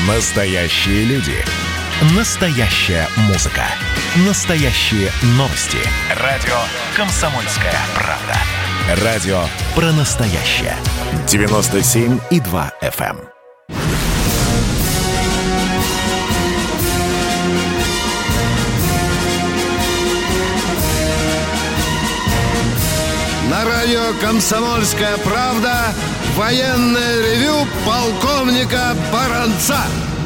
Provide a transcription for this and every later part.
Настоящие люди. Настоящая музыка. Настоящие новости. Радио «Комсомольская правда». Радио про настоящее. 97,2 FM. На радио «Комсомольская правда» военное ревю полковника Баранца.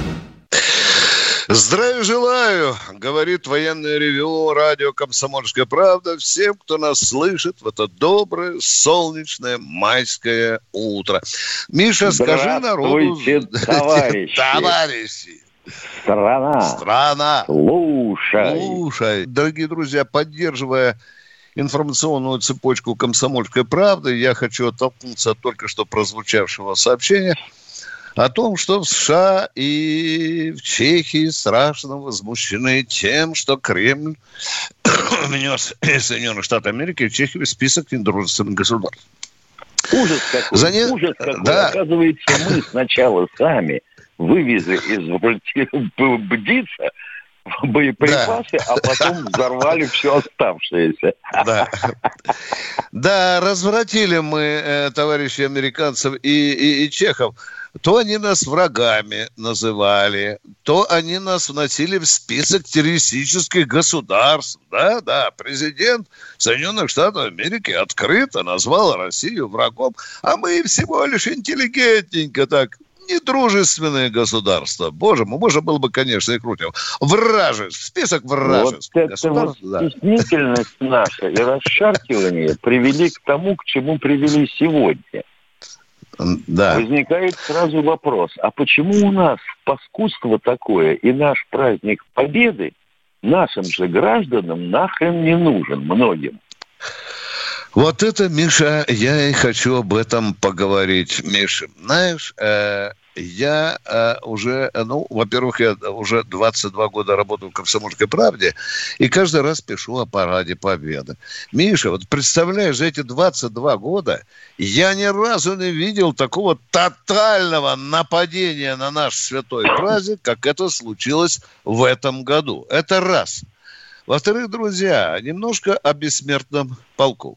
Здравия желаю, говорит военное ревю радио «Комсомольская правда» всем, кто нас слышит в это доброе, солнечное, майское утро. Миша, скажи народу... Товарищи. Товарищи. Страна. Слушай. Дорогие друзья, поддерживая информационную цепочку «Комсомольской правды», я хочу оттолкнуться от только что прозвучавшего сообщения о том, что в США и в Чехии страшно возмущены тем, что Кремль внес Соединенных Штатов Америки в Чехию в список недружественных государств. Ужас какой. Ужас какой. Да. Оказывается, мы сначала сами вывезли из Бдица боеприпасы, да. А потом взорвали все оставшееся. Да, развратили мы, товарищи американцев и чехов. То они нас врагами называли, то они нас вносили в список террористических государств. Да, президент Соединенных Штатов Америки открыто назвал Россию врагом, а мы всего лишь интеллигентненько так... Недружественные государства. Боже мой, можно было бы, конечно, и круче. Список вражеских государств. Вот эта стеснительность наша и расшаркивание привели к тому, к чему привели сегодня. Да. Возникает сразу вопрос, а почему у нас паскудство такое и наш праздник Победы нашим же гражданам нахрен не нужен, многим? Вот это, Миша, я и хочу об этом поговорить, Миша. Знаешь, я уже, во-первых, я уже 22 года работаю в «Комсомольской правде» и каждый раз пишу о параде Победы. Миша, вот представляешь, за эти 22 года я ни разу не видел такого тотального нападения на наш святой праздник, как это случилось в этом году. Это раз. Во-вторых, друзья, немножко о бессмертном полку.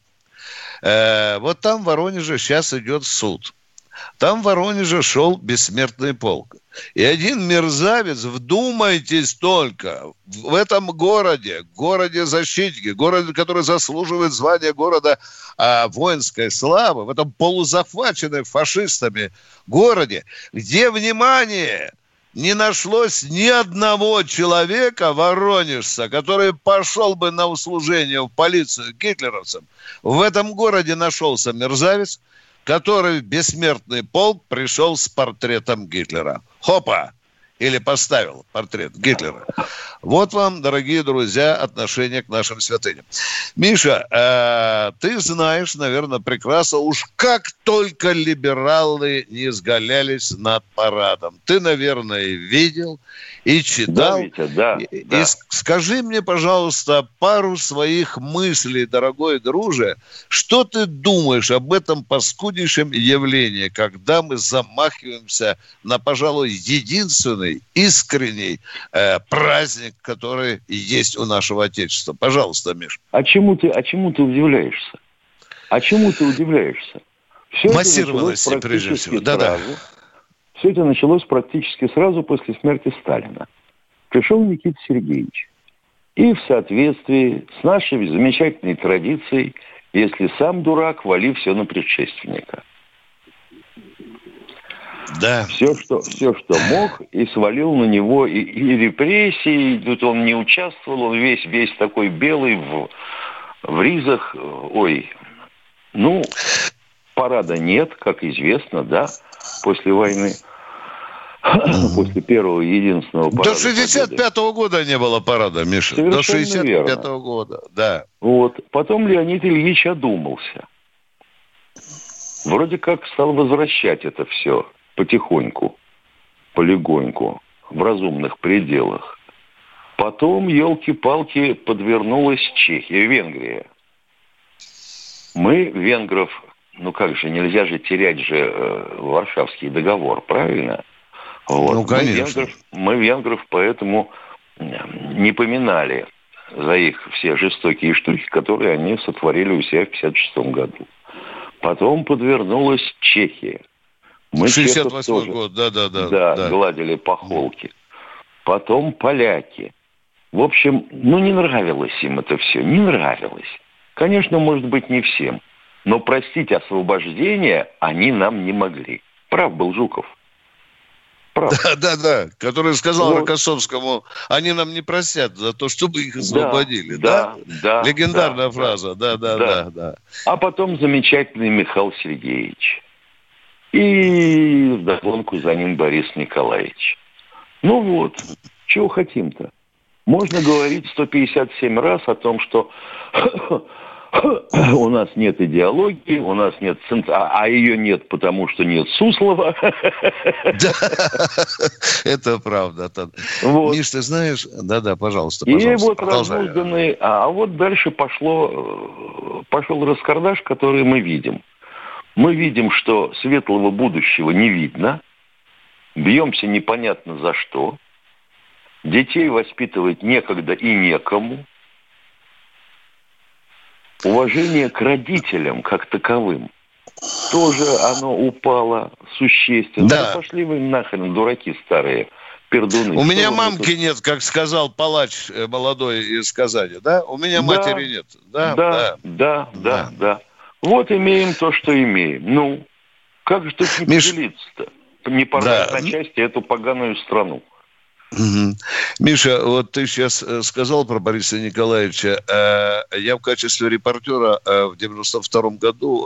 Вот там в Воронеже сейчас идет суд. Там в Воронеже шел бессмертный полк. И один мерзавец, вдумайтесь только, в этом городе-защитнике, городе, который заслуживает звания города воинской славы, в этом полузахваченном фашистами городе, где, внимание, не нашлось ни одного человека, воронежца, который пошел бы на услужение в полицию гитлеровцам. В этом городе нашелся мерзавец, который в бессмертный полк пришел с портретом Гитлера. Хопа! Или поставил портрет Гитлера. Вот вам, дорогие друзья, отношение к нашим святыням. Миша, ты знаешь, наверное, прекрасно, уж как только либералы не изгалялись над парадом. Ты, наверное, видел и читал. Да, Витя, да. И скажи мне, пожалуйста, пару своих мыслей, дорогой друже. Что ты думаешь об этом паскуднейшем явлении, когда мы замахиваемся на, пожалуй, единственный, искренний праздник, который есть у нашего Отечества? Пожалуйста, Миш. А чему ты удивляешься? Массированности, прежде всего. Да. Все это началось практически сразу после смерти Сталина. Пришел Никита Сергеевич. И в соответствии с нашей замечательной традицией, если сам дурак, вали все на предшественника. Да. Все, что мог, и свалил на него и репрессии. Тут он не участвовал, он весь такой белый в ризах. Парада нет, как известно, да, после войны. После первого единственного парада. До 65-го года не было парада, Миша. Совершенно до 65-го года, да. Вот. Потом Леонид Ильич одумался. Вроде как стал возвращать это все потихоньку, полегоньку, в разумных пределах. Потом, елки-палки, подвернулась Чехия, Венгрия. Мы венгров, нельзя же терять Варшавский договор, правильно? Вот. Ну, конечно. Мы венгров поэтому не поминали за их все жестокие штуки, которые они сотворили у себя в 1956 году. Потом подвернулась Чехия. Мы 68-й год, да. Гладили по холке. Потом поляки. В общем, не нравилось им это все, не нравилось. Конечно, может быть, не всем. Но простить освобождение они нам не могли. Прав был Жуков. Прав. Да, который сказал Рокоссовскому, они нам не простят за то, чтобы их освободили. Да. Легендарная фраза. Да. А потом замечательный Михаил Сергеевич. И вдогонку за ним Борис Николаевич. Ну вот, чего хотим-то? Можно говорить 157 раз о том, что у нас нет идеологии, у нас нет а ее нет, потому что нет Суслова. Да, это правда. Вот. Миш, ты знаешь... Да, пожалуйста, и вот разнузданные... А вот дальше пошел раскардаш, который мы видим. Мы видим, что светлого будущего не видно. Бьемся непонятно за что. Детей воспитывать некогда и некому. Уважение к родителям как таковым тоже оно упало существенно. Да. Пошли вы нахрен, дураки старые, пердуны. У меня мамки нет, как сказал палач молодой из Казани, да? У меня матери нет. Да. Вот имеем то, что имеем. Ну, как же тут не поделиться-то? Не порвать на части эту поганую страну. Угу. Миша, вот ты сейчас сказал про Бориса Николаевича. Я в качестве репортера в 92-м году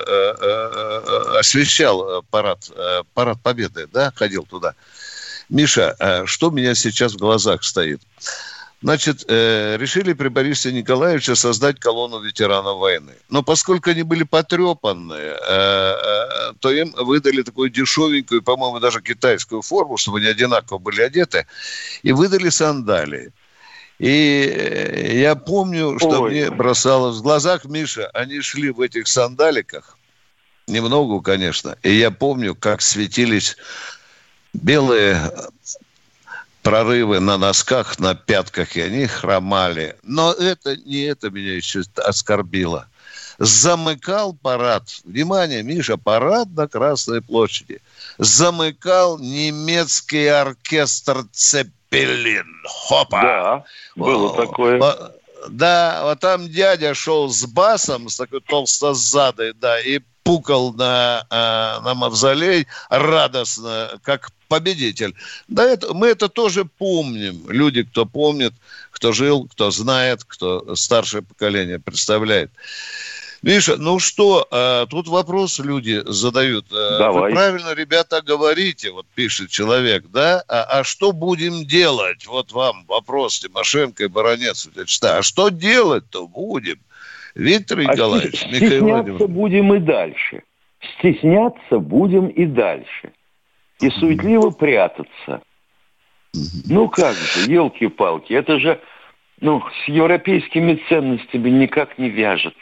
освещал парад Победы, да, ходил туда. Миша, что у меня сейчас в глазах стоит? Значит, решили при Борисе Николаевиче создать колонну ветеранов войны. Но поскольку они были потрепанные, то им выдали такую дешевенькую, по-моему, даже китайскую форму, чтобы они одинаково были одеты, и выдали сандалии. И я помню, что мне бросалось в глазах, Миша, они шли в этих сандаликах, немного, конечно, и я помню, как светились белые... прорывы на носках, на пятках, и они хромали. Но не это меня еще оскорбило. Замыкал парад. Внимание, Миша, парад на Красной площади. Замыкал немецкий оркестр «Цеппелин». Хопа! Да, было такое. Да, вот там дядя шел с басом, с такой толстозадой, да, и пукал на мавзолей радостно, как победитель. Да, мы это тоже помним. Люди, кто помнит, кто жил, кто знает, кто старшее поколение представляет. Миша, тут вопрос люди задают. Давай. Вы правильно, ребята, говорите, вот пишет человек, да? А что будем делать? Вот вам вопрос, Тимошенко и Баранец. А что делать-то будем? Виктор Николаевич, Михаил Владимирович. Стесняться будем и дальше. Стесняться будем и дальше. И суетливо прятаться. Ну как же, елки-палки, это же с европейскими ценностями никак не вяжется.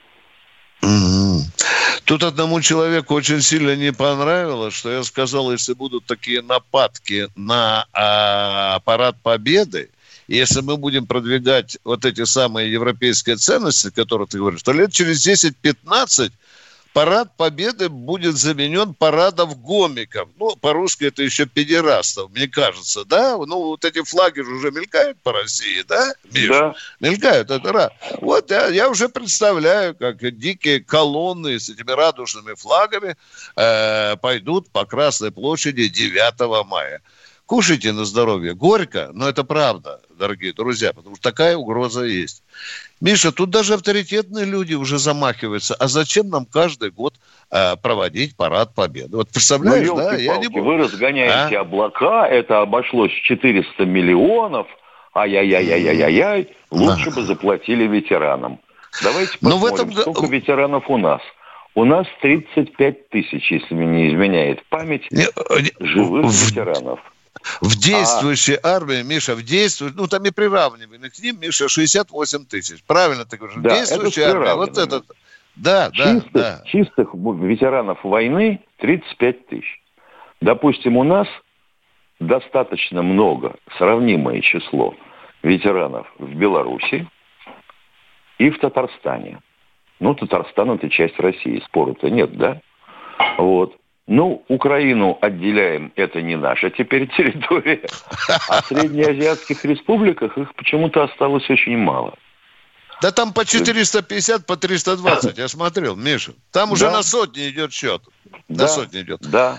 Тут одному человеку очень сильно не понравилось, что я сказал, если будут такие нападки на парад Победы, если мы будем продвигать вот эти самые европейские ценности, о которых ты говоришь, то лет через 10-15 парад Победы будет заменен парадом гомиков. По-русски это еще педерастов, мне кажется, да? Вот эти флаги же уже мелькают по России, да, Миша? Да. Мелькают, это раз. Вот я уже представляю, как дикие колонны с этими радужными флагами пойдут по Красной площади 9 мая. Кушайте на здоровье. Горько, но это правда, дорогие друзья, потому что такая угроза есть. Миша, тут даже авторитетные люди уже замахиваются. А зачем нам каждый год проводить парад Победы? Вот представляешь, да? Вы разгоняете облака, это обошлось 400 миллионов. Ай-яй-яй-яй-яй-яй. Лучше бы заплатили ветеранам. Давайте посмотрим, сколько ветеранов у нас. У нас 35 тысяч, если мне не изменяет память, живых ветеранов. В действующей армии, Миша, там и приравниваемых к ним, Миша, 68 тысяч. Правильно ты говоришь? Да, действующая армия. Вот это. Да. Чистых ветеранов войны 35 тысяч. Допустим, у нас достаточно много, сравнимое число ветеранов в Беларуси и в Татарстане. Ну, Татарстан – это часть России, спора-то нет, да? Вот. Ну, Украину отделяем, это не наша теперь территория. А в среднеазиатских республиках их почему-то осталось очень мало. Да там по 450, по 320, я смотрел, Миша. Там уже на сотни идет счет. На сотни идет. Да.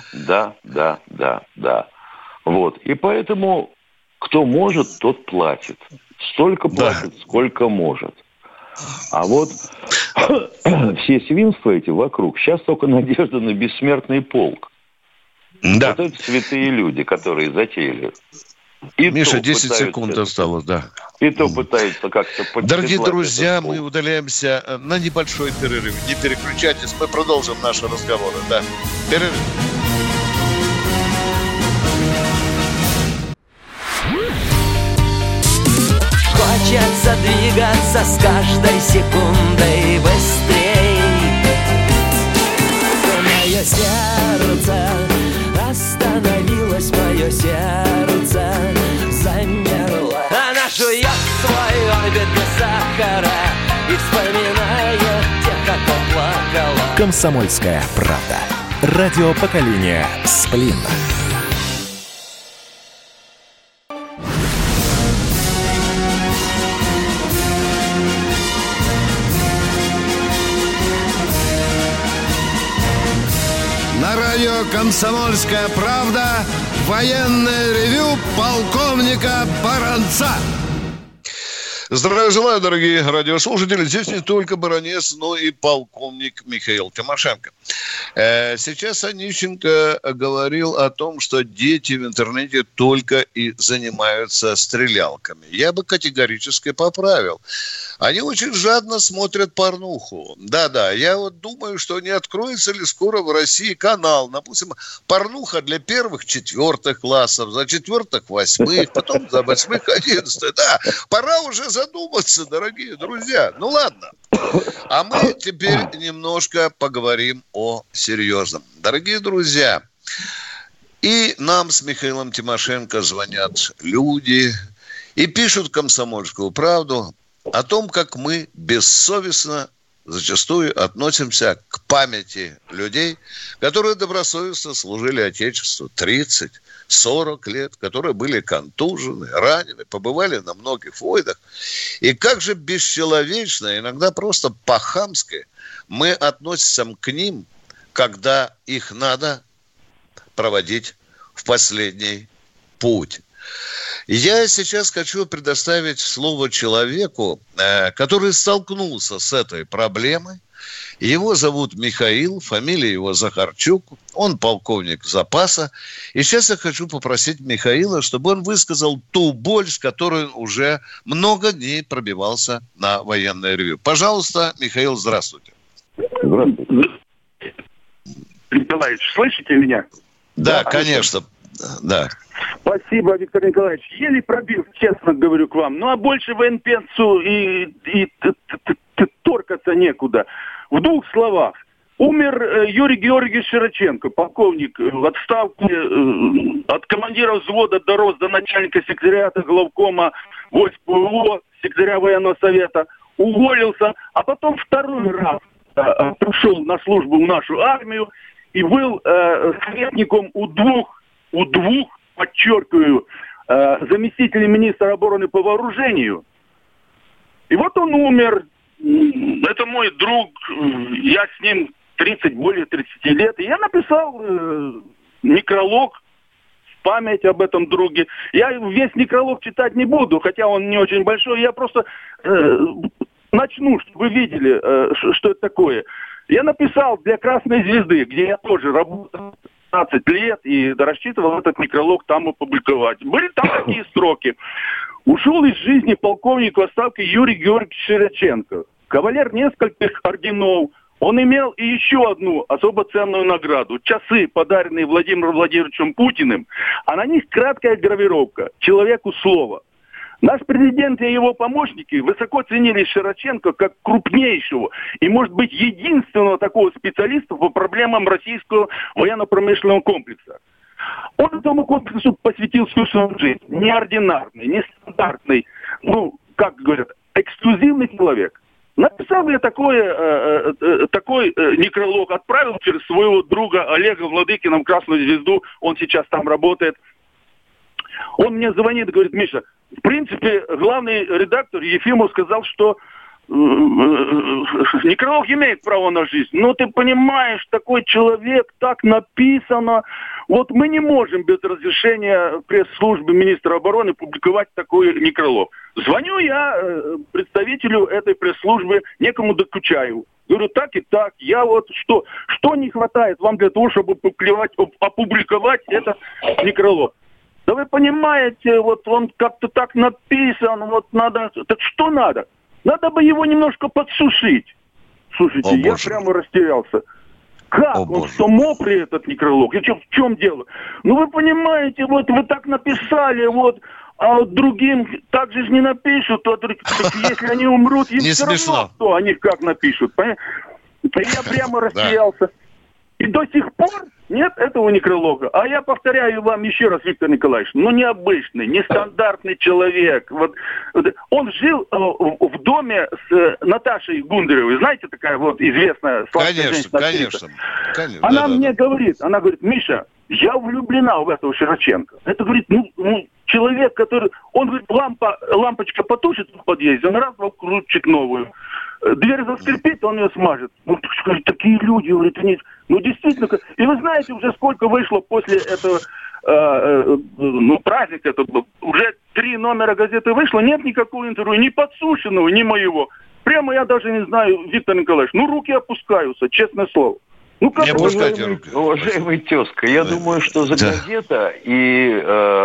Вот. И поэтому кто может, тот платит. Столько платит, сколько может. А вот все свинства эти вокруг, сейчас только надежда на бессмертный полк. Да. Вот это святые люди, которые затеяли. И Миша, 10 секунд осталось, да. И то пытаются как-то поддержать. Дорогие друзья, мы удаляемся на небольшой перерыв. Не переключайтесь, мы продолжим наши разговоры. Да, перерыв. Хочется двигаться с каждой секундой быстрей. Мое сердце остановилось, мое сердце замерло. Она жует свой орбит без сахара и вспоминает тех, кто плакала. «Комсомольская правда». Радио поколения «Сплин». На радио «Комсомольская правда» военное ревю полковника Баранца. Здравия желаю, дорогие радиослушатели. Здесь не только баронец, но и полковник Михаил Тимошенко. Сейчас Онищенко говорил о том, что дети в интернете только и занимаются стрелялками. Я бы категорически поправил. Они очень жадно смотрят порнуху. Да-да, я вот думаю, что не откроется ли скоро в России канал, допустим, порнуха для первых, 4 классов, за 4, 8, потом за 8, 11. Да, пора уже задуматься, дорогие друзья. Ну ладно. А мы теперь немножко поговорим о серьезном. Дорогие друзья, и нам с Михаилом Тимошенко звонят люди и пишут «Комсомольскую правду» о том, как мы бессовестно зачастую относимся к памяти людей, которые добросовестно служили Отечеству 30-40 лет, которые были контужены, ранены, побывали на многих войнах. И как же бесчеловечно, иногда просто по-хамски мы относимся к ним, когда их надо проводить в последний путь. Я сейчас хочу предоставить слово человеку, который столкнулся с этой проблемой. Его зовут Михаил, фамилия его Захарчук, он полковник запаса. И сейчас я хочу попросить Михаила, чтобы он высказал ту боль, с которой он уже много дней пробивался на военное ревью. Пожалуйста, Михаил, здравствуйте. Здравствуйте. Николаевич, слышите меня? Да, конечно. Да. Спасибо, Виктор Николаевич. Еле пробил, честно говорю, к вам. Ну, а больше военпенсу и торкаться некуда. В 2 словах. Умер Юрий Георгиевич Широченко, полковник в отставке, от командира взвода дорос до начальника секретариата главкома войск ПВО, секретаря военного совета. Уволился, а потом 2 раз пришел на службу в нашу армию и был советником у двух, подчеркиваю, заместителей министра обороны по вооружению. И вот он умер. Это мой друг. Я с ним более 30 лет. И я написал некролог в память об этом друге. Я весь некролог читать не буду, хотя он не очень большой. Я просто начну, чтобы вы видели, что это такое. Я написал для «Красной звезды», где я тоже работал 15 лет и рассчитывал этот некролог там опубликовать. Были там такие строки. Ушел из жизни полковник в отставке Юрий Георгиевич Широченко. Кавалер нескольких орденов. Он имел и еще одну особо ценную награду. Часы, подаренные Владимиром Владимировичем Путиным, а на них краткая гравировка «Человеку слово». Наш президент и его помощники высоко ценили Широченко как крупнейшего и, может быть, единственного такого специалиста по проблемам российского военно-промышленного комплекса. Он этому комплексу посвятил всю свою жизнь. Неординарный, нестандартный, ну, как говорят, эксклюзивный человек. Написал я такой некролог, отправил через своего друга Олега Владыкина в «Красную звезду», он сейчас там работает. Он мне звонит и говорит: Миша, в принципе, главный редактор Ефимов сказал, что некролог имеет право на жизнь. Но ты понимаешь, такой человек, так написано. Вот мы не можем без разрешения пресс-службы министра обороны публиковать такой некролог. Звоню я представителю этой пресс-службы, некому Докучаеву. Говорю, так и так, я вот что не хватает вам для того, чтобы опубликовать этот некролог? Да вы понимаете, вот он как-то так написан, вот надо... Так что надо? Надо бы его немножко подсушить. Слушайте, я прямо растерялся. Как? Он что, мокрый, этот некролог? И в чем дело? Ну, вы понимаете, вот вы так написали, вот, а вот другим так же не напишут. Так если они умрут, им все равно, что они как напишут. Понимаете? Я прямо растерялся. И до сих пор нет этого некролога. А я повторяю вам еще раз, Виктор Николаевич, ну необычный, нестандартный человек. Вот он жил в доме с Наташей Гундаревой. Знаете, такая вот известная сладкая женщина. Конечно. Она мне говорит, Миша, я влюблена в этого Широченко. Это, говорит, ну человек, который... Он говорит, лампочка потушит в подъезде, он раз включит новую. Дверь заскрипит, он ее смажет. Ну, такие люди, говорит, они... Ну, действительно. И вы знаете, уже сколько вышло после этого праздника, уже 3 номера газеты вышло, нет никакого интервью, ни подсушенного, ни моего. Прямо я даже не знаю, Виктор Николаевич, руки опускаются, честное слово. Ну, как уважаемый тезка, я думаю, что за газета и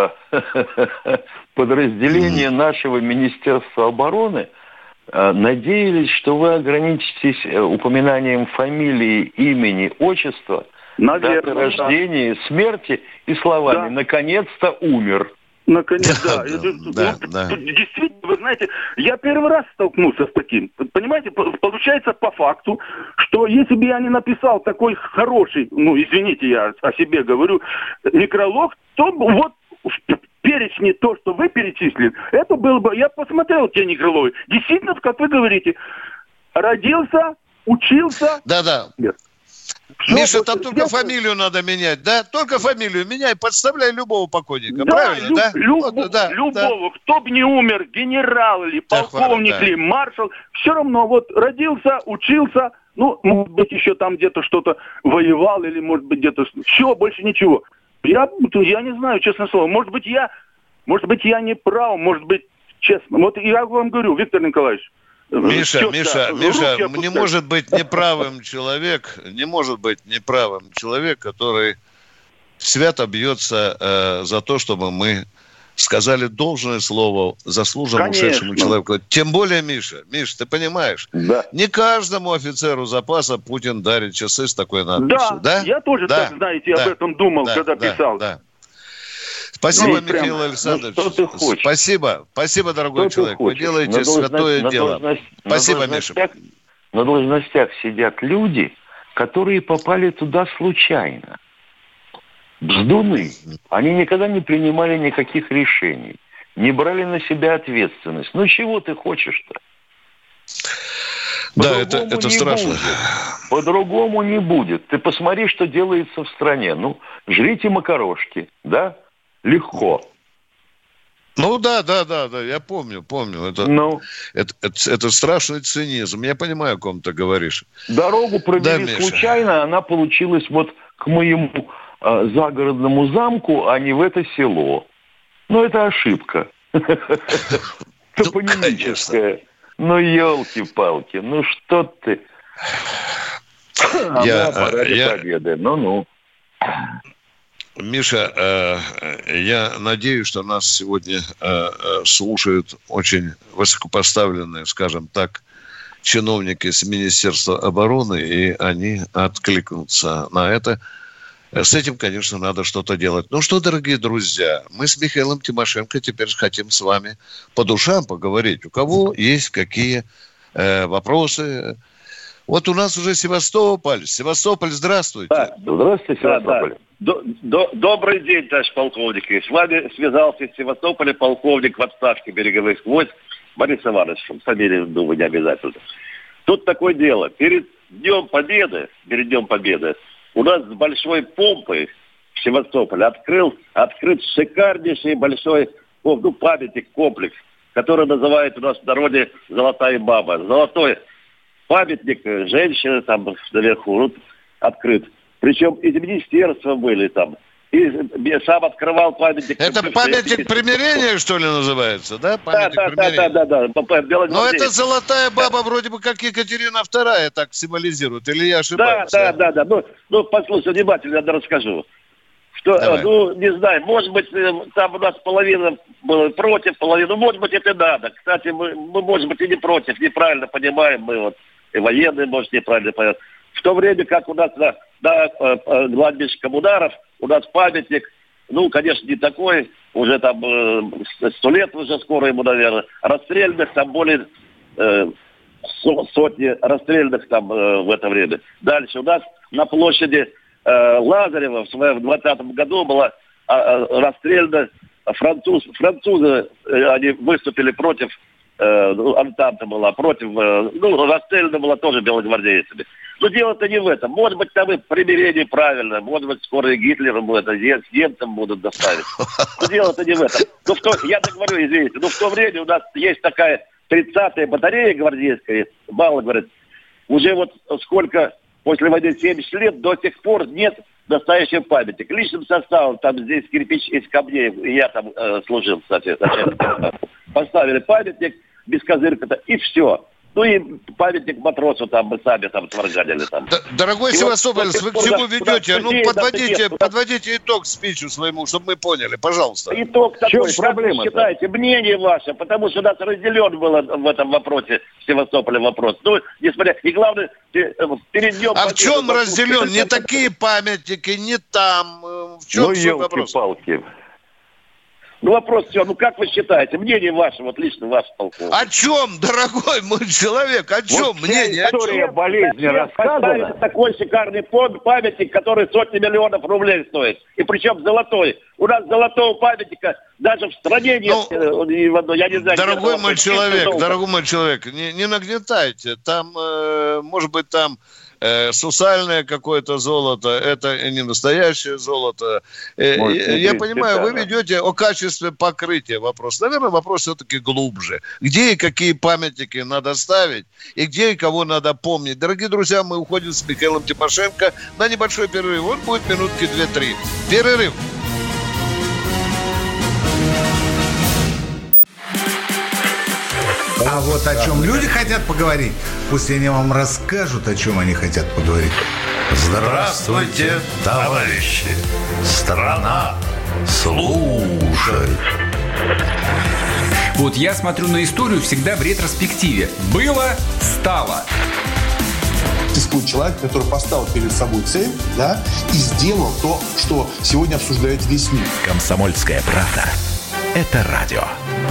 подразделение нашего Министерства обороны надеялись, что вы ограничитесь упоминанием фамилии, имени, отчества, даты рождения, смерти и словами «наконец-то умер». Наконец-то, да. Действительно, вы знаете, я первый раз столкнулся с таким. Понимаете, получается по факту, что если бы я не написал такой хороший, извините, я о себе говорю, некролог, то вот в перечне то, что вы перечислили, это было бы... Я посмотрел те некрологи. Действительно, как вы говорите, родился, учился... Да. Нет. Миша, там только фамилию надо менять, да? Только фамилию меняй, подставляй любого покойника, правильно, да? Любого, кто бы не умер, генерал или полковник или маршал, все равно вот родился, учился, может быть, еще там где-то что-то воевал или, может быть, где-то... Все, больше ничего. Я не знаю, честное слово. Может быть, я не прав, может быть, честно. Вот я вам говорю, Виктор Николаевич. Миша, не может быть неправым человек, который свято бьется за то, чтобы мы сказали должное слово заслуженному ушедшему человеку. Тем более, Миша, ты понимаешь, не каждому офицеру запаса Путин дарит часы с такой надписью. Да, я тоже так, знаете, об этом думал, когда писал. Да. Спасибо, Михаил Александрович. Спасибо, дорогой человек. Вы делаете святое дело. Спасибо, Миша. На должностях сидят люди, которые попали туда случайно. Бздуны. Они никогда не принимали никаких решений. Не брали на себя ответственность. Чего ты хочешь-то? Да, это страшно. По-другому не будет. Ты посмотри, что делается в стране. Жрите макарошки, да? Легко. Да, я помню. Это страшный цинизм. Я понимаю, о ком ты говоришь. Дорогу провели случайно, она получилась вот к моему загородному замку, а не в это село. Это ошибка. Топонимическая. Елки-палки, что ты. Ради победы. Миша, я надеюсь, что нас сегодня слушают очень высокопоставленные, скажем так, чиновники с Министерства обороны, и они откликнутся на это. С этим, конечно, надо что-то делать. Дорогие друзья, мы с Михаилом Тимошенко теперь хотим с вами по душам поговорить. У кого есть какие вопросы, Вот у нас уже Севастополь. Севастополь, здравствуйте. Да, здравствуйте, Севастополь. Добрый день, товарищ полковник. С вами связался из Севастополя полковник в отставке береговых войск Борис Иванович. Фамилию, думаю, не обязательно. Тут такое дело. Перед Днем Победы у нас с большой помпой в Севастополе открыт шикарнейший большой памятник, комплекс, который называют у нас в народе «Золотая баба». Золотой памятник женщины там наверху открыт. Причем из министерства были там. И сам открывал памятник. Это памятник примирения, что ли, называется, да? Памятник примирения. Да. Но это золотая баба вроде бы как Екатерина II так символизирует, или я ошибаюсь? Да. Ну, послушай внимательно, я расскажу. Что, не знаю, может быть, там у нас половина была против, половина, может быть, это надо. Кстати, мы может быть, и не против, неправильно понимаем, мы вот, и военные, может, неправильно понимают. В то время, как у нас на кладбище Коммунаров, у нас памятник, конечно, не такой, уже там 100 лет уже скоро ему, наверное, расстрельных, там более сотни расстрельных там в это время. Дальше у нас на площади Лазарева в 20 году была расстреляна французы, они выступили против, Антанта была против, расстреляна была тоже белогвардейцами. Но дело-то не в этом. Может быть, там и примирение правильно, может быть, скоро и Гитлером будет, с немцем будут доставить. Но дело-то не в этом. Я так говорю, извините, в то время у нас есть такая 30-я батарея гвардейская, мало говорит, уже вот сколько... После войны 70 лет до сих пор нет настоящего памятника. Личным составом, там здесь кирпич из камней, я там служил, кстати, поставили памятник без козырка-то, и все. И памятник матросу там мы сами там сварганили. Там. Дорогой Севастополец, вы к чему ведете? Подводите итог спичу своему, чтобы мы поняли, пожалуйста. Итог такой, как вы считаете, мнение ваше, потому что у нас разделен был в этом вопросе, в Севастополе вопрос. Несмотря, и главное, перед днем... А в чем разделен? Не такие памятники, не там. В чем вопрос? Елки-палки. Вопрос все, как вы считаете? Мнение ваше, вот лично ваше, полковник. О чем, дорогой мой человек, о чем мнение? История болезни рассказана. Такой шикарный памятник, который сотни миллионов рублей стоит. И причем золотой. У нас золотого памятника даже в стране нет. Я не знаю. Дорогой мой человек, не нагнетайте. Там, может быть, там сусальное какое-то золото, это не настоящее золото. Я понимаю, вы ведете о качестве покрытия вопрос. Наверное, вопрос все-таки глубже. Где и какие памятники надо ставить, и где и кого надо помнить. Дорогие друзья, мы уходим с Михаилом Тимошенко на небольшой перерыв. Он будет минутки 2-3. Перерыв. А вот о чем люди хотят поговорить, пусть они вам расскажут, о чем они хотят поговорить. Здравствуйте, товарищи! Страна слушает. Вот я смотрю на историю всегда в ретроспективе. Было, стало. Существует человек, который поставил перед собой цель, да, и сделал то, что сегодня обсуждает весь мир. «Комсомольская правда» – это радио.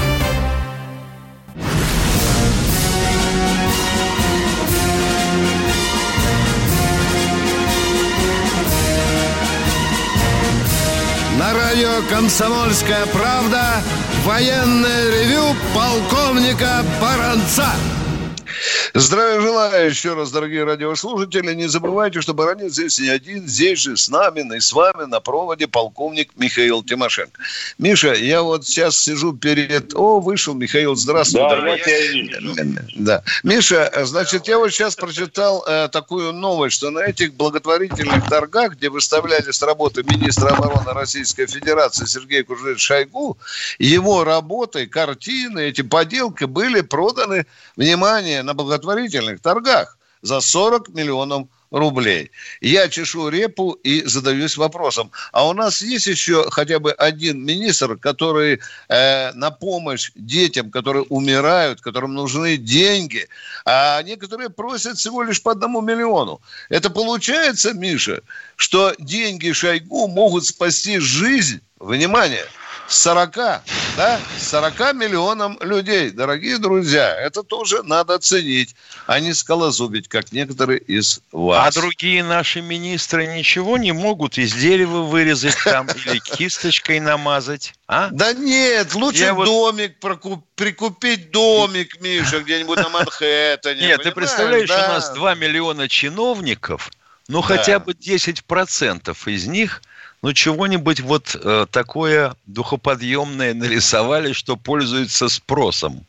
На радио «Комсомольская правда» военное ревю полковника Баранца. Здравия желаю еще раз, дорогие радиослушатели. Не забывайте, что Баранец здесь не один. Здесь же с нами и с вами на проводе полковник Михаил Тимошенко. Миша, я вот сейчас сижу перед... вышел Михаил, здравствуй. Да. Миша, значит, я вот сейчас прочитал такую новость, что на этих благотворительных торгах, где выставляли с работы министра обороны Российской Федерации Сергея Кужевича Шойгу, его работы, картины, эти поделки были проданы, внимание, на благотворительных торгах за 40 миллионов рублей. Я чешу репу и задаюсь вопросом, а у нас есть еще хотя бы один министр, который на помощь детям, которые умирают, которым нужны деньги, а некоторые просят всего лишь по 1 миллиону. Это получается, Миша, что деньги Шойгу могут спасти жизнь, внимание, 40 да, 40 миллионам людей, дорогие друзья. Это тоже надо ценить, а не скалозубить, как некоторые из вас. А другие наши министры ничего не могут из дерева вырезать там или кисточкой намазать, а? Да нет, лучше домик прикупить домик, Миша, где-нибудь на Манхэттене. Нет, ты представляешь, у нас 2 миллиона чиновников, ну хотя бы 10% из них, ну чего-нибудь вот такое духоподъемное нарисовали, что пользуется спросом.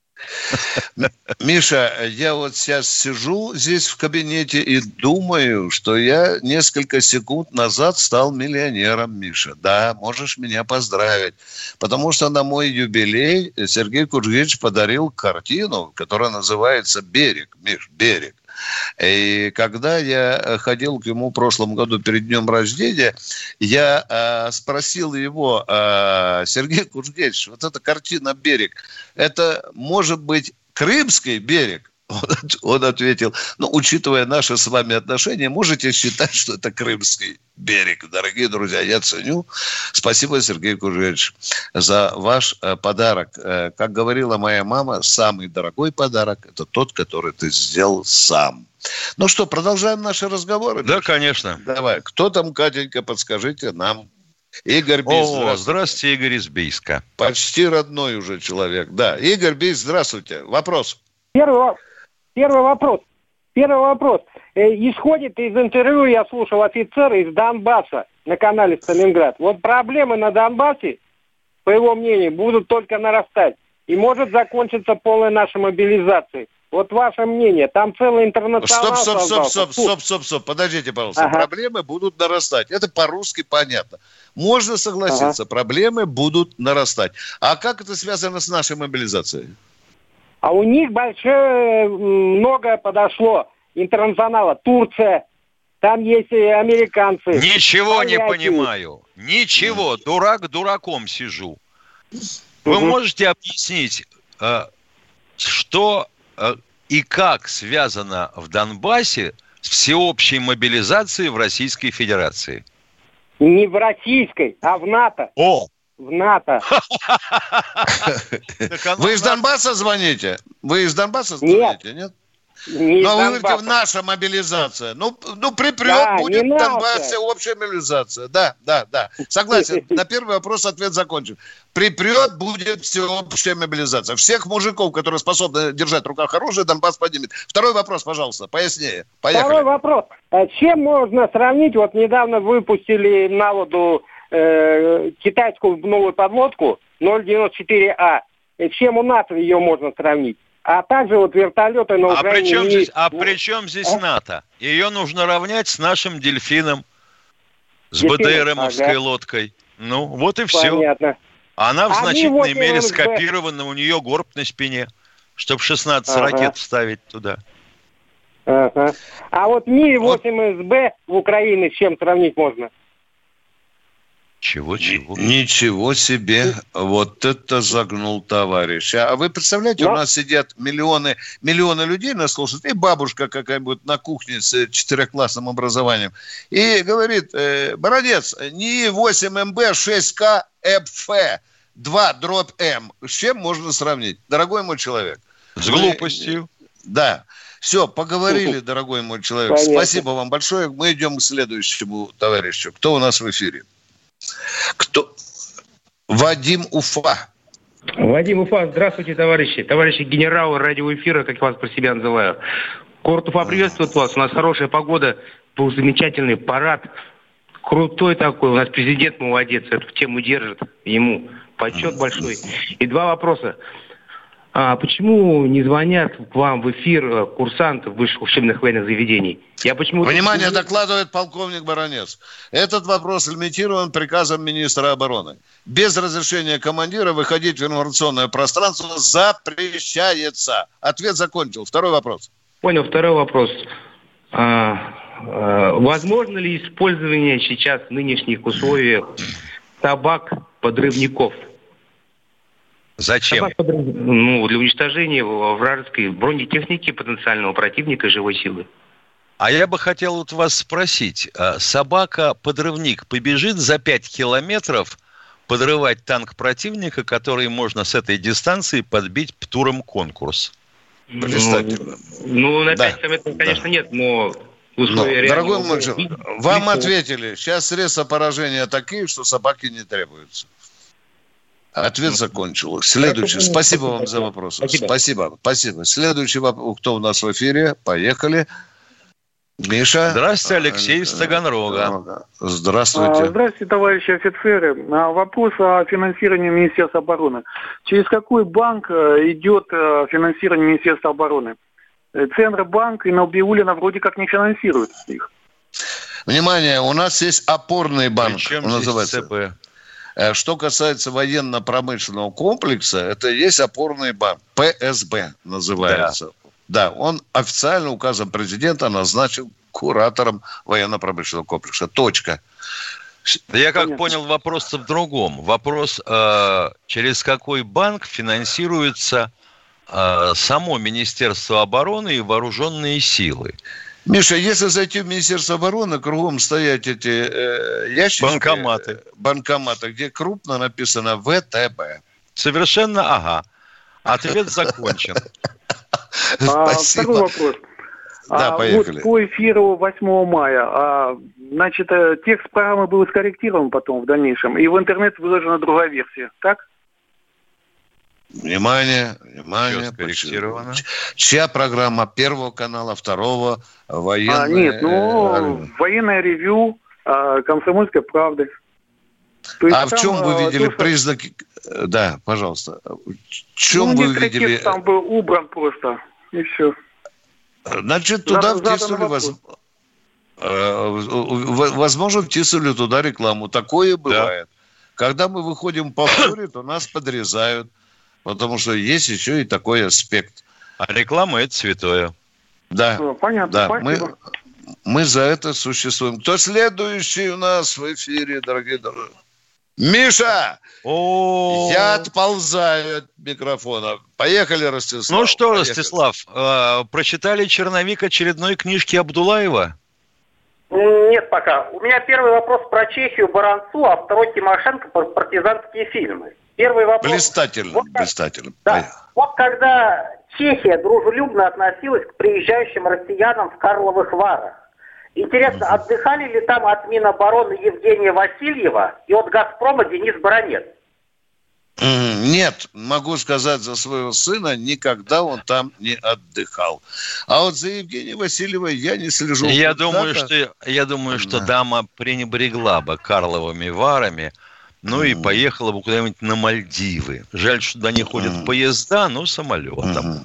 Миша, я вот сейчас сижу здесь в кабинете и думаю, что я несколько секунд назад стал миллионером, Миша. Да, можешь меня поздравить. Потому что на мой юбилей Сергей Кужгевич подарил картину, которая называется «Берег». Миш, «Берег». И когда я ходил к нему в прошлом году перед днем рождения, я спросил его: Сергей Кужгевич, вот эта картина «Берег», это может быть Крымский берег? Он ответил: ну, учитывая наши с вами отношения, можете считать, что это Крымский берег. Дорогие друзья, я ценю. Спасибо, Сергей Кужгевич, за ваш подарок. Как говорила моя мама, самый дорогой подарок – это тот, который ты сделал сам. Ну что, продолжаем наши разговоры? Да, конечно. Давай. Кто там, Катенька, подскажите нам. Игорь Бийск. Здравствуйте, Игорь из Бийска. Почти родной уже человек. Да, Игорь Бийск, здравствуйте. Вопрос. Первый вопрос. Исходит из интервью, я слушал офицера из Донбасса на канале «Сталинград». Вот проблемы на Донбассе, по его мнению, будут только нарастать. И может закончиться полной нашей мобилизацией. Вот ваше мнение. Там целый интернационал Стоп. Подождите, пожалуйста. Ага. Проблемы будут нарастать. Это по-русски понятно. Можно согласиться. Ага. Проблемы будут нарастать. А как это связано с нашей мобилизацией? А у них многое подошло. Интернационала. Турция. Там есть и американцы. Ничего не понимаю. Ничего. Дурак дураком сижу. Вы можете объяснить, что и как связано в Донбассе с всеобщей мобилизацией в Российской Федерации? Не в российской, а в НАТО. В НАТО. Вы из Донбасса звоните? Нет? Но вы говорите, наша мобилизация. Ну припрет, будет в Донбассе общая мобилизация. Да. Согласен. На первый вопрос ответ закончен. Припрет, будет всеобщая мобилизация. Всех мужиков, которые способны держать в руках оружие, Донбасс поднимет. Второй вопрос, пожалуйста, пояснее. Поехали. Второй вопрос. Чем можно сравнить? Вот недавно выпустили на воду китайскую новую подлодку 094А. Чем у НАТО ее можно сравнить? А также вот вертолеты на Украине. При чем здесь НАТО? Ее нужно равнять с нашим «Дельфином», с БДР-овской лодкой. Ну, вот и все. Понятно. Она в значительной мере скопирована, у нее горб на спине, чтобы 16 ракет вставить туда. Ага. А вот Ми-8СБ в Украине с чем сравнить можно? Чего? Ничего себе. Вот это загнул товарищ. А вы представляете, у нас сидят миллионы людей нас слушают, и бабушка какая-нибудь на кухне с 4-классным образованием. И говорит: Бородец, НИИ-8МБ 6К Ф2-М. С чем можно сравнить? Дорогой мой человек. С глупостью. Да. Все, поговорили, дорогой мой человек. Понятно. Спасибо вам большое. Мы идем к следующему товарищу. Кто у нас в эфире? Кто? Вадим, Уфа. Вадим, Уфа. Здравствуйте, товарищи. Товарищи генералы радиоэфира, как я вас про себя называю. Город Уфа приветствует вас. У нас хорошая погода. Был замечательный парад. Крутой такой. У нас президент молодец. Эту тему держит. Ему почет большой. И два вопроса. Почему не звонят к вам в эфир курсанты высших учебных военных заведений? Внимание, докладывает полковник Баранец. Этот вопрос лимитирован приказом министра обороны. Без разрешения командира выходить в информационное пространство запрещается. Ответ закончил. Второй вопрос. Понял. Второй вопрос. Возможно ли использование сейчас в нынешних условиях собак-подрывников? Зачем? Для уничтожения вражеской бронетехники потенциального противника живой силы. А я бы хотел вас спросить. Собака-подрывник побежит за 5 километров подрывать танк противника, который можно с этой дистанции подбить птуром конкурс. Блистательно. Ну, на 5 километров, конечно, нет, но условия реально... Дорогой мой человек, вам ответили. Сейчас средства поражения такие, что собаки не требуются. Ответ закончился. Следующий. Спасибо вам за вопрос. Спасибо. Следующий вопрос. Кто у нас в эфире? Поехали. Миша. Здравствуйте, Алексей из Таганрога. Здравствуйте. Здравствуйте, товарищи офицеры. Вопрос о финансировании Министерства обороны. Через какой банк идет финансирование Министерства обороны? Центробанк и Набиуллина вроде как не финансируют их. Внимание, у нас есть опорный банк. Причем он называется. ЦБ? Что касается военно-промышленного комплекса, это есть опорный банк. ПСБ называется. Да, он официально указом президента назначен куратором военно-промышленного комплекса. Точка. Да я как понял, вопрос в другом. Вопрос, через какой банк финансируется само Министерство обороны и вооруженные силы. Миша, если зайти в Министерство обороны, кругом стоят эти ящички. Банкоматы, где крупно написано ВТБ. Совершенно, ага. Ответ закончен. Второй вопрос. Да, поехали. Вот по эфиру 8 мая, значит, текст программы был скорректирован потом в дальнейшем, и в интернет выложена другая версия, так? Внимание. Скорректировано. Чья программа? Первого канала, второго, военная? Нет, военное ревью, Комсомольской правды. В чем вы видели признаки? Да, пожалуйста. В чем вы видели? Текст там был убран просто, и все. Значит, туда втиснули возможно, втиснули туда рекламу. Такое бывает. Да. Когда мы выходим в повторе, то нас подрезают. Потому что есть еще и такой аспект. А реклама – это святое. Да. Понятно, да. Спасибо. Мы за это существуем. Кто следующий у нас в эфире, дорогие друзья? Миша! Я отползаю от микрофона. Поехали, Ростислав. Ну что, Ростислав, прочитали черновик очередной книжки Абдуллаева? Нет пока. У меня первый вопрос про Чехию, Баранцу, а второй Тимошенко про партизанские фильмы. Первый вопрос. Блистательно. Да. Вот когда Чехия дружелюбно относилась к приезжающим россиянам в Карловых Варах, интересно, отдыхали ли там от Минобороны Евгения Васильева и от «Газпрома» Денис Баранец? Нет, могу сказать за своего сына, никогда он там не отдыхал. А вот за Евгения Васильева я не слежу. Я думаю, что дама пренебрегла бы Карловыми Варами, ну и поехала бы куда-нибудь на Мальдивы. Жаль, что туда не ходят поезда, но самолетом.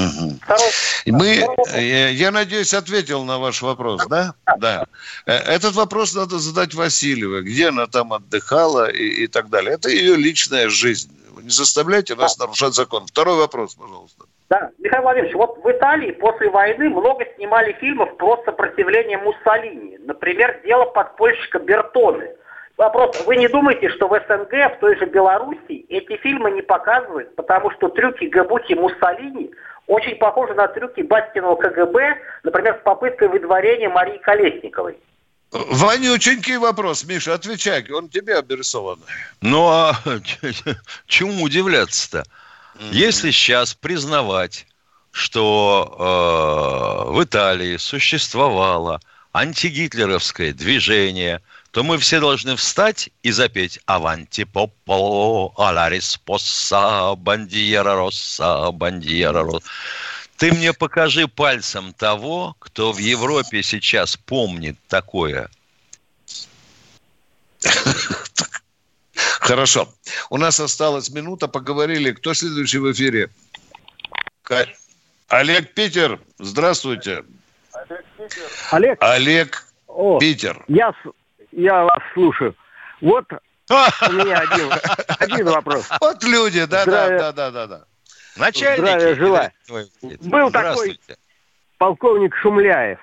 Я надеюсь, ответил на ваш вопрос, да? Да. Этот вопрос надо задать Васильевой. Где она там отдыхала и так далее. Это ее личная жизнь. Вы не заставляйте нас нарушать закон. Второй вопрос, пожалуйста. Да, Михаил Владимирович, вот в Италии после войны много снимали фильмов про сопротивление Муссолини. Например, «Дело подпольщика Бертоны». Вопрос, вы не думаете, что в СНГ, в той же Беларуси эти фильмы не показывают, потому что трюки Габути Муссолини очень похожи на трюки Батькиного КГБ, например, с попыткой выдворения Марии Колесниковой? Вонюченький вопрос, Миша, отвечай, он тебе адресован. Ну, а чему удивляться-то? Если сейчас признавать, что в Италии существовало антигитлеровское движение, то мы все должны встать и запеть «Аванти попо, аля риспоса, бандиера росса, бандиера росса». Ты мне покажи пальцем того, кто в Европе сейчас помнит такое. Хорошо. У нас осталась минута, поговорили. Кто следующий в эфире? Олег Питер, здравствуйте. Олег Питер. Я вас слушаю. Вот у меня один вопрос. Вот люди, да. Начальники. Здравия желаю. Был такой полковник Шумляев.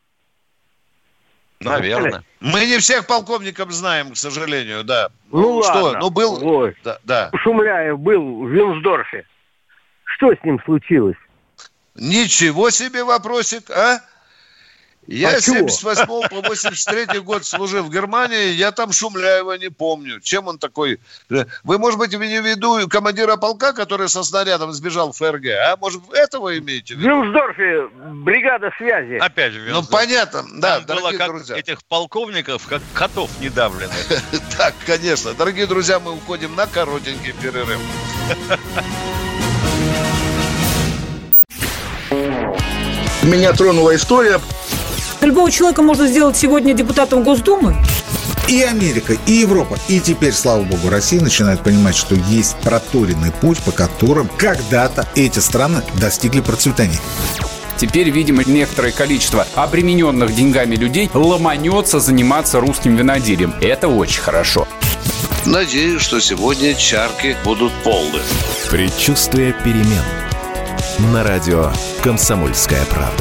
Наверное. Мы не всех полковников знаем, к сожалению, да. Ну что? Ладно. Ну был. Вот. Да. Шумляев был в Вилсдорфе. Что с ним случилось? Ничего себе вопросик, а? Я с 78 по 83 год служил в Германии, я там Шумляева не помню. Чем он такой? Вы, может быть, имеете в виду командира полка, который со снарядом сбежал в ФРГ? А может, этого имеете в виду? В Вилсдорфе бригада связи. Опять же, ну, понятно, да, там было как друзья. Этих полковников, как котов недавленных. Так, конечно. Дорогие друзья, мы уходим на коротенький перерыв. Меня тронула история. Любого человека можно сделать сегодня депутатом Госдумы. И Америка, и Европа, и теперь, слава богу, Россия начинает понимать, что есть проторенный путь, по которым когда-то эти страны достигли процветания. Теперь, видимо, некоторое количество обремененных деньгами людей ломанется заниматься русским виноделием. Это очень хорошо. Надеюсь, что сегодня чарки будут полны. Предчувствие перемен. На радио «Комсомольская правда».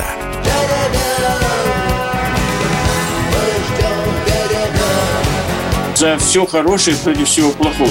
За все хорошее против всего плохого.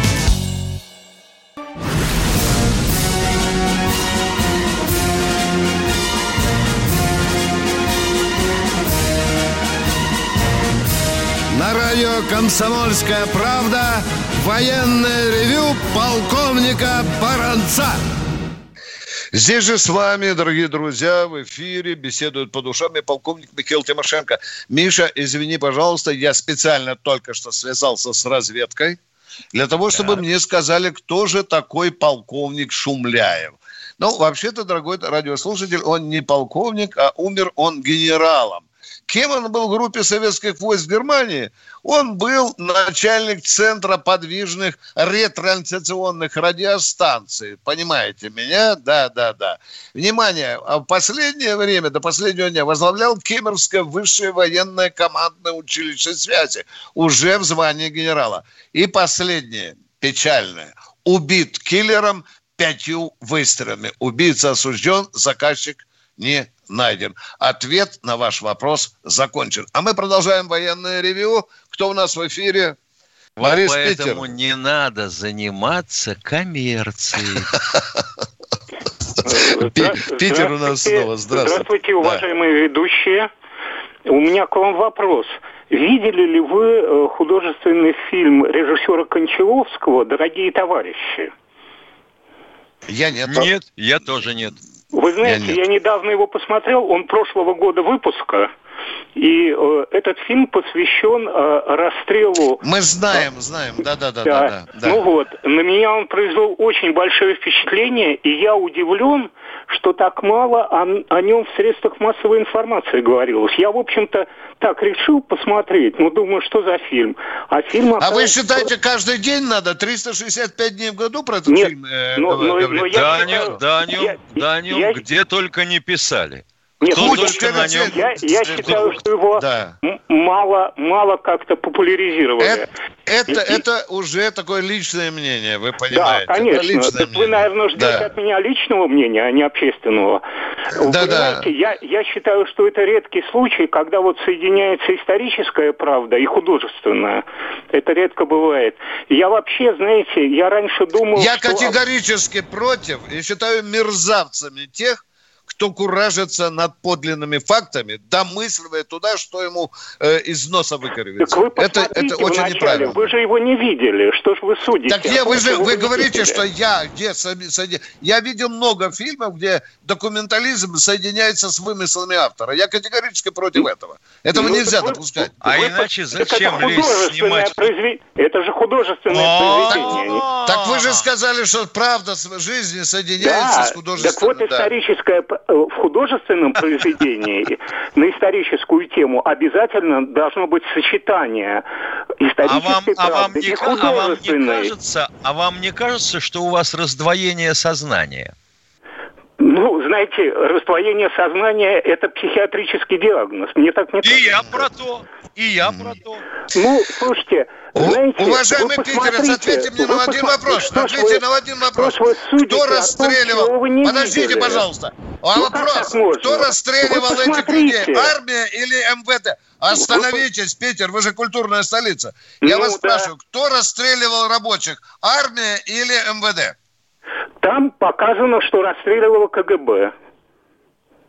На радио «Комсомольская правда» военное ревю полковника Баранца. Здесь же с вами, дорогие друзья, в эфире беседует по душам полковник Михаил Тимошенко. Миша, извини, пожалуйста, я специально только что связался с разведкой для того, чтобы мне сказали, кто же такой полковник Шумляев. Ну, вообще-то, дорогой радиослушатель, он не полковник, а умер он генералом. Кем он был в группе советских войск в Германии? Он был начальник Центра подвижных ретрансляционных радиостанций. Понимаете меня? Да. Внимание, в последнее время, до последнего дня, возглавлял Кемеровское высшее военное командное училище связи, уже в звании генерала. И последнее, печальное, убит киллером 5 выстрелами. Убийца осужден, заказчик не найден. Ответ на ваш вопрос закончен. А мы продолжаем военное ревью. Кто у нас в эфире? Вот Борис поэтому Питер. не надо заниматься коммерцией. Питер у нас снова. Здравствуйте, уважаемые ведущие. У меня к вам вопрос. Видели ли вы художественный фильм режиссера Кончаловского «Дорогие товарищи»? Я нет. Нет, я тоже нет. Вы знаете, я недавно его посмотрел, он прошлого года выпуска, и этот фильм посвящен расстрелу... Мы знаем, да. Ну вот, на меня он произвел очень большое впечатление, и я удивлен, что так мало о нем в средствах массовой информации говорилось. Я, в общем-то, так решил посмотреть, но думаю, что за фильм. А фильм... А вы считаете, каждый день надо 365 дней в году про этот фильм говорить? Да о нем где только не писали. Нет, я считаю, что его мало как-то популяризировали. Это уже такое личное мнение, вы понимаете. Да, конечно. Так вы, наверное, ждете от меня личного мнения, а не общественного. Понимаете, я считаю, что это редкий случай, когда вот соединяется историческая правда и художественная. Это редко бывает. Я вообще, знаете, я раньше думал, Я категорически против и считаю мерзавцами тех, кто куражится над подлинными фактами, домысливая туда, что ему из носа выкоривается. Это очень неправильно. Вы же его не видели. Что ж вы судите? Так вы говорите, что я видел много фильмов, где документализм соединяется с вымыслами автора. Я категорически против этого. Этого нельзя допускать. А иначе зачем лезть снимать? Это же художественное произведение. Так вы же сказали, что правда жизни соединяется с художественным. Так вот, историческая в художественном произведении на историческую тему обязательно должно быть сочетание исторической правды и художественной. А вам не кажется, что у вас раздвоение сознания? Ну, знаете, раздвоение сознания – это психиатрический диагноз. Мне так не кажется. И я про то. Ну, слушайте, знаете, уважаемый питерец, ответьте мне на один вопрос. Ответьте на один вопрос. Кто расстреливал? Подождите, пожалуйста. Вопрос. Кто расстреливал этих людей? Армия или МВД? Остановитесь, Питер, вы же культурная столица. Я вас спрашиваю, кто расстреливал рабочих? Армия или МВД? Там показано, что расстреливало КГБ.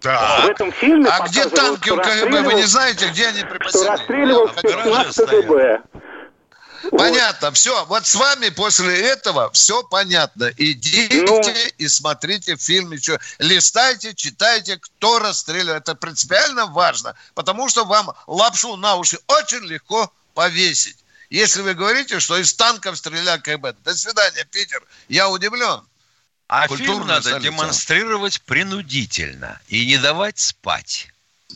В этом фильме а где танки у КГБ? Вы не знаете, где они припасены? Что расстреливал спецназ КГБ. Понятно, все. Вот с вами после этого все понятно. Идите и смотрите фильм еще. Листайте, читайте, кто расстреливает. Это принципиально важно, потому что вам лапшу на уши очень легко повесить. Если вы говорите, что из танков стреляет КГБ. До свидания, Питер. Я удивлен. А фильм надо демонстрировать принудительно и не давать спать.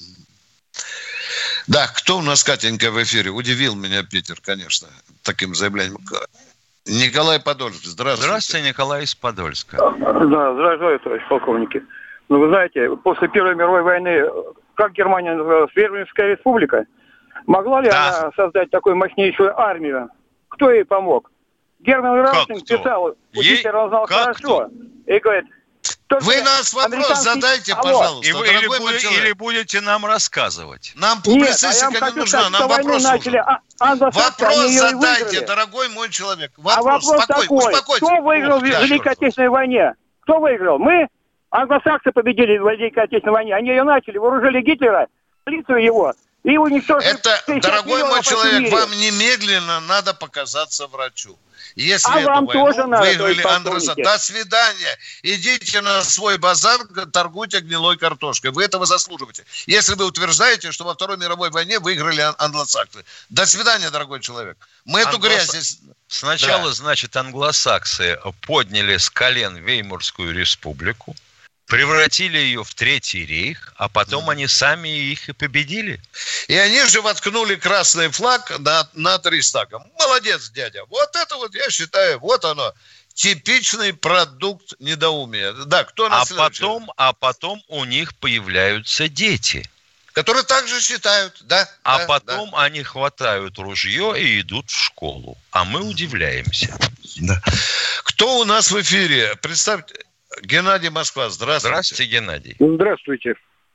Да, кто у нас, Катенька, в эфире? Удивил меня Питер, конечно, таким заявлением. Николай Подольск, здравствуйте. Здравствуйте, Николай из Подольска. Да, здравствуйте, товарищ полковники. Ну, вы знаете, после Первой мировой войны, как Германия называлась, Веймарская республика, могла ли она создать такую мощнейшую армию? Кто ей помог? Герман Раушник писал, Гитлер он знал хорошо, и говорит... Вы нас вопрос задайте, пожалуйста. Или будете нам рассказывать. Нам публицистика не нужна, нам вопрос нужен. Вопрос задайте, дорогой мой человек. Вопрос такой, кто выиграл в Великой Отечественной войне? Кто выиграл? Мы? Англосаксы победили в Великой Отечественной войне. Они ее начали, вооружили Гитлера, полицию его. И уничтожили... Это, дорогой мой человек, вам немедленно надо показаться врачу. Если вам тоже надо, выиграли Андреса, до свидания. Идите на свой базар, торгуйте гнилой картошкой. Вы этого заслуживаете. Если вы утверждаете, что во Второй мировой войне выиграли англосаксы. До свидания, дорогой человек. Мы эту грязь здесь... Сначала, значит, англосаксы подняли с колен Веймарскую республику, превратили ее в Третий рейх, а потом они сами их и победили. И они же воткнули красный флаг над Рейхстагом. Молодец, дядя. Вот это вот, я считаю, вот оно. Типичный продукт недоумия. Да, кто на следующий? А потом у них появляются дети. Которые также считают, да. Потом они хватают ружье и идут в школу. А мы удивляемся. Да. Кто у нас в эфире? Представьте... Геннадий, Москва, здравствуйте. Здравствуйте, Геннадий. Здравствуйте.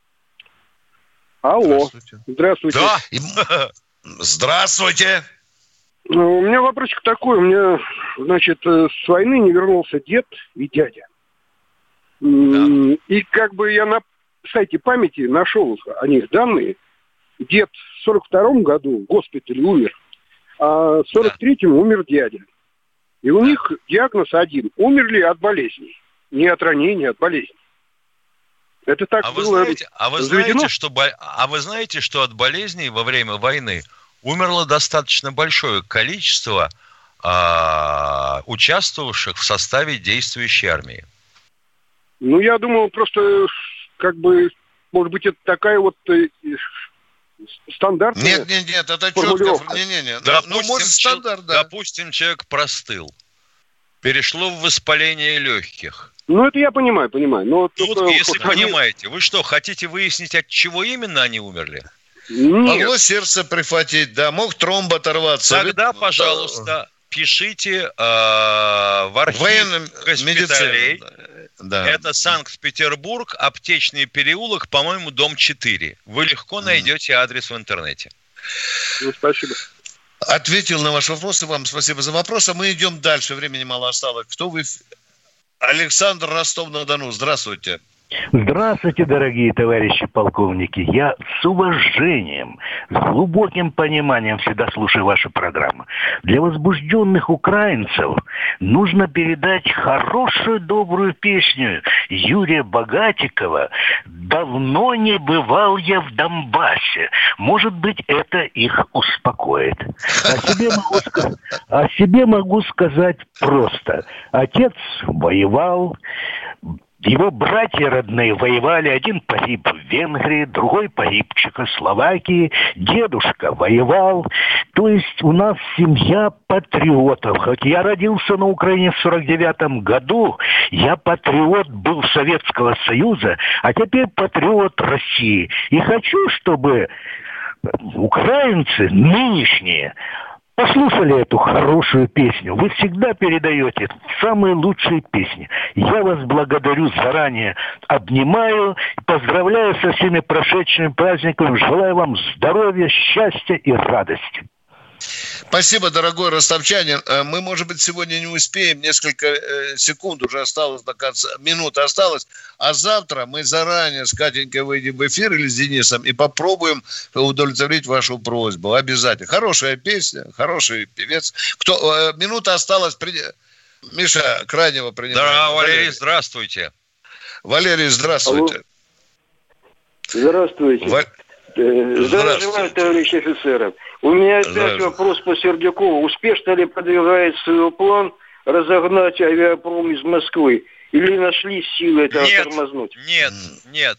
Алло. Здравствуйте. Да. Здравствуйте. У меня вопросик такой. У меня, значит, с войны не вернулся дед и дядя. Да. И как бы я на сайте памяти нашел о них данные. Дед в 42-м году в госпитале умер, а в 43-м умер дядя. И у них диагноз один. Умерли от болезней. Не от ранения, от болезни. Это так было. Вы знаете, что от болезней во время войны умерло достаточно большое количество участвовавших в составе действующей армии? Ну, я думал, просто, как бы, может быть, это такая вот стандартная... Нет, это четко. Допустим, человек простыл. Перешло в воспаление легких. Ну, это я понимаю. Но если понимаете, вы что, хотите выяснить, от чего именно они умерли? Нет. Могло сердце прихватить, да, мог тромб оторваться. Тогда, пожалуйста, пишите в архив госпиталей. Да. Это Санкт-Петербург, Аптечный переулок, по-моему, дом 4. Вы легко найдете адрес в интернете. Ну, спасибо. Ответил на ваши вопросы. Вам спасибо за вопрос. А мы идем дальше. Времени мало осталось. Кто вы? Александр, Ростов-на-Дону. Здравствуйте. Здравствуйте, дорогие товарищи полковники. Я с уважением, с глубоким пониманием всегда слушаю ваши программы. Для возбужденных украинцев нужно передать хорошую, добрую песню Юрия Богатикова «Давно не бывал я в Донбассе». Может быть, это их успокоит. О себе могу сказать просто. Отец воевал, его братья родные воевали. Один погиб в Венгрии, другой погиб в Чехословакии. Дедушка воевал. То есть у нас семья патриотов. Хоть я родился на Украине в 49-м году, я патриот был Советского Союза, а теперь патриот России. И хочу, чтобы украинцы нынешние послушали эту хорошую песню. Вы всегда передаете самые лучшие песни. Я вас благодарю заранее. Обнимаю, поздравляю со всеми прошедшими праздниками. Желаю вам здоровья, счастья и радости. Спасибо, дорогой ростовчанин. Мы, может быть, сегодня не успеем. Несколько секунд уже осталось до конца. Минута осталась. А завтра мы заранее с Катенькой выйдем в эфир или с Денисом и попробуем удовлетворить вашу просьбу. Обязательно. Хорошая песня, хороший певец. Минута осталась. Миша Крайнего принимает. Да, Валерий, здравствуйте. Валерий, здравствуйте. Здравствуйте. Здравия желаю, товарищи офицеры. У меня опять вопрос по Сердюкову. Успешно ли продвигается его план разогнать авиапром из Москвы? Или нашли силы это тормознуть? Нет.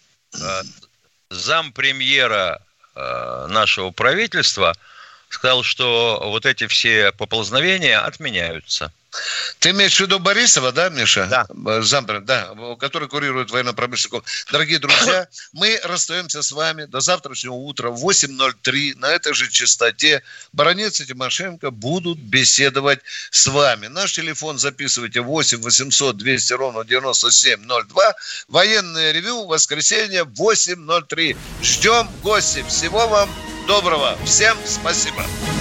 Зампремьера нашего правительства сказал, что вот эти все поползновения отменяются. Ты имеешь в виду Борисова, да, Миша? Да. Да, который курирует военно-промышленный комплекс. Дорогие друзья, мы расстаемся с вами до завтрашнего утра в 8:03 на этой же частоте. Баранец и Тимошенко будут беседовать с вами. Наш телефон записывайте 8 800 200 ровно 9702. Военное ревю, воскресенье, 8:03. Ждем гостей. Всего вам доброго. Всем спасибо.